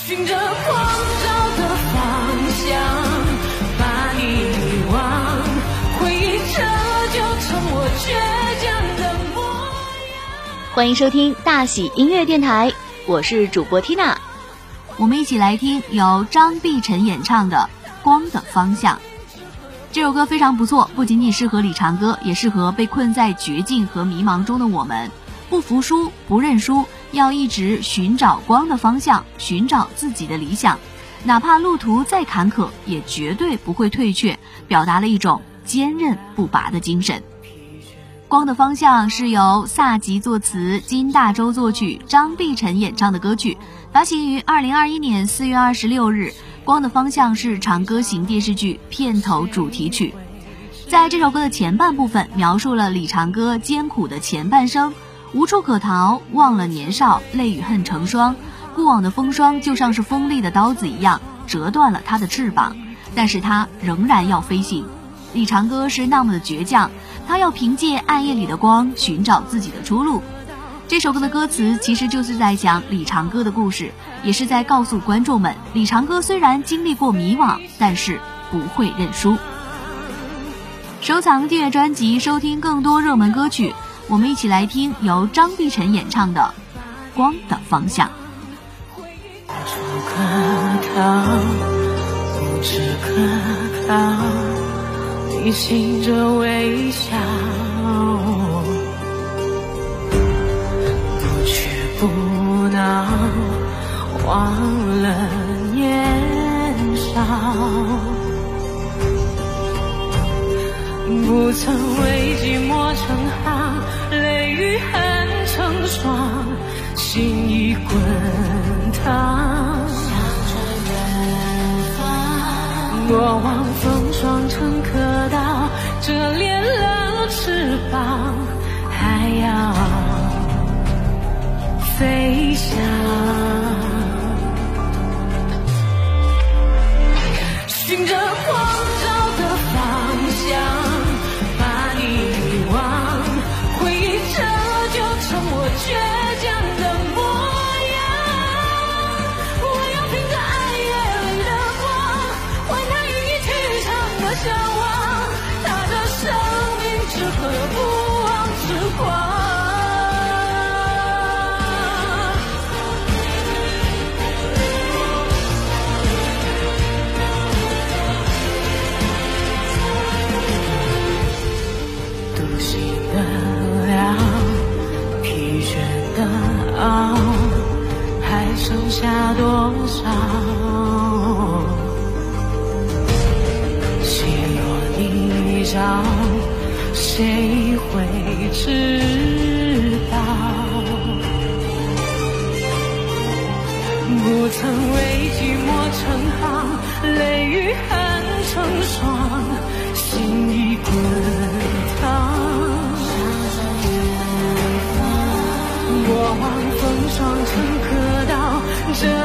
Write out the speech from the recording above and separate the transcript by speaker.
Speaker 1: 循着光照的方向，把你遗忘，回忆这就成我倔强的模样。
Speaker 2: 欢迎收听大喜音乐电台，我是主播 Tina。
Speaker 3: 我们一起来听由张碧晨演唱的《光的方向》。这首歌非常不错，不仅仅适合李长歌，也适合被困在绝境和迷茫中的我们。不服输，不认输，要一直寻找光的方向，寻找自己的理想，哪怕路途再坎坷，也绝对不会退却，表达了一种坚韧不拔的精神。光的方向是由萨吉作词，金大洲作曲，张碧晨演唱的歌曲，发行于2021年4月26日。光的方向是长歌行电视剧片头主题曲。在这首歌的前半部分，描述了李长歌艰苦的前半生，无处可逃，忘了年少，泪与恨成双，过往的风霜就像是锋利的刀子一样，折断了他的翅膀，但是他仍然要飞行。李长歌是那么的倔强，他要凭借暗夜里的光寻找自己的出路。这首歌的歌词其实就是在讲李长歌的故事，也是在告诉观众们，李长歌虽然经历过迷惘，但是不会认输。收藏订阅专辑，收听更多热门歌曲，我们一起来听由张碧晨演唱的《光的方向》。
Speaker 1: 无处可逃，你醒着微笑，不屈不挠，忘了年少，不曾为寂寞成行，泪与恨成双，心已滚烫，过往风霜成刻刀，折裂了翅膀，还要飞翔。循着光照的方向，把你遗忘，回忆这就成我倔强的模样。我要凭着暗夜里的光，换他与你去唱的向往，踏着生命之河不忘之光。还剩下多少？起落泥沼，谁会知道？不曾为寂寞成行，泪与恨成双，心已滚烫。过往风霜成刻刀，这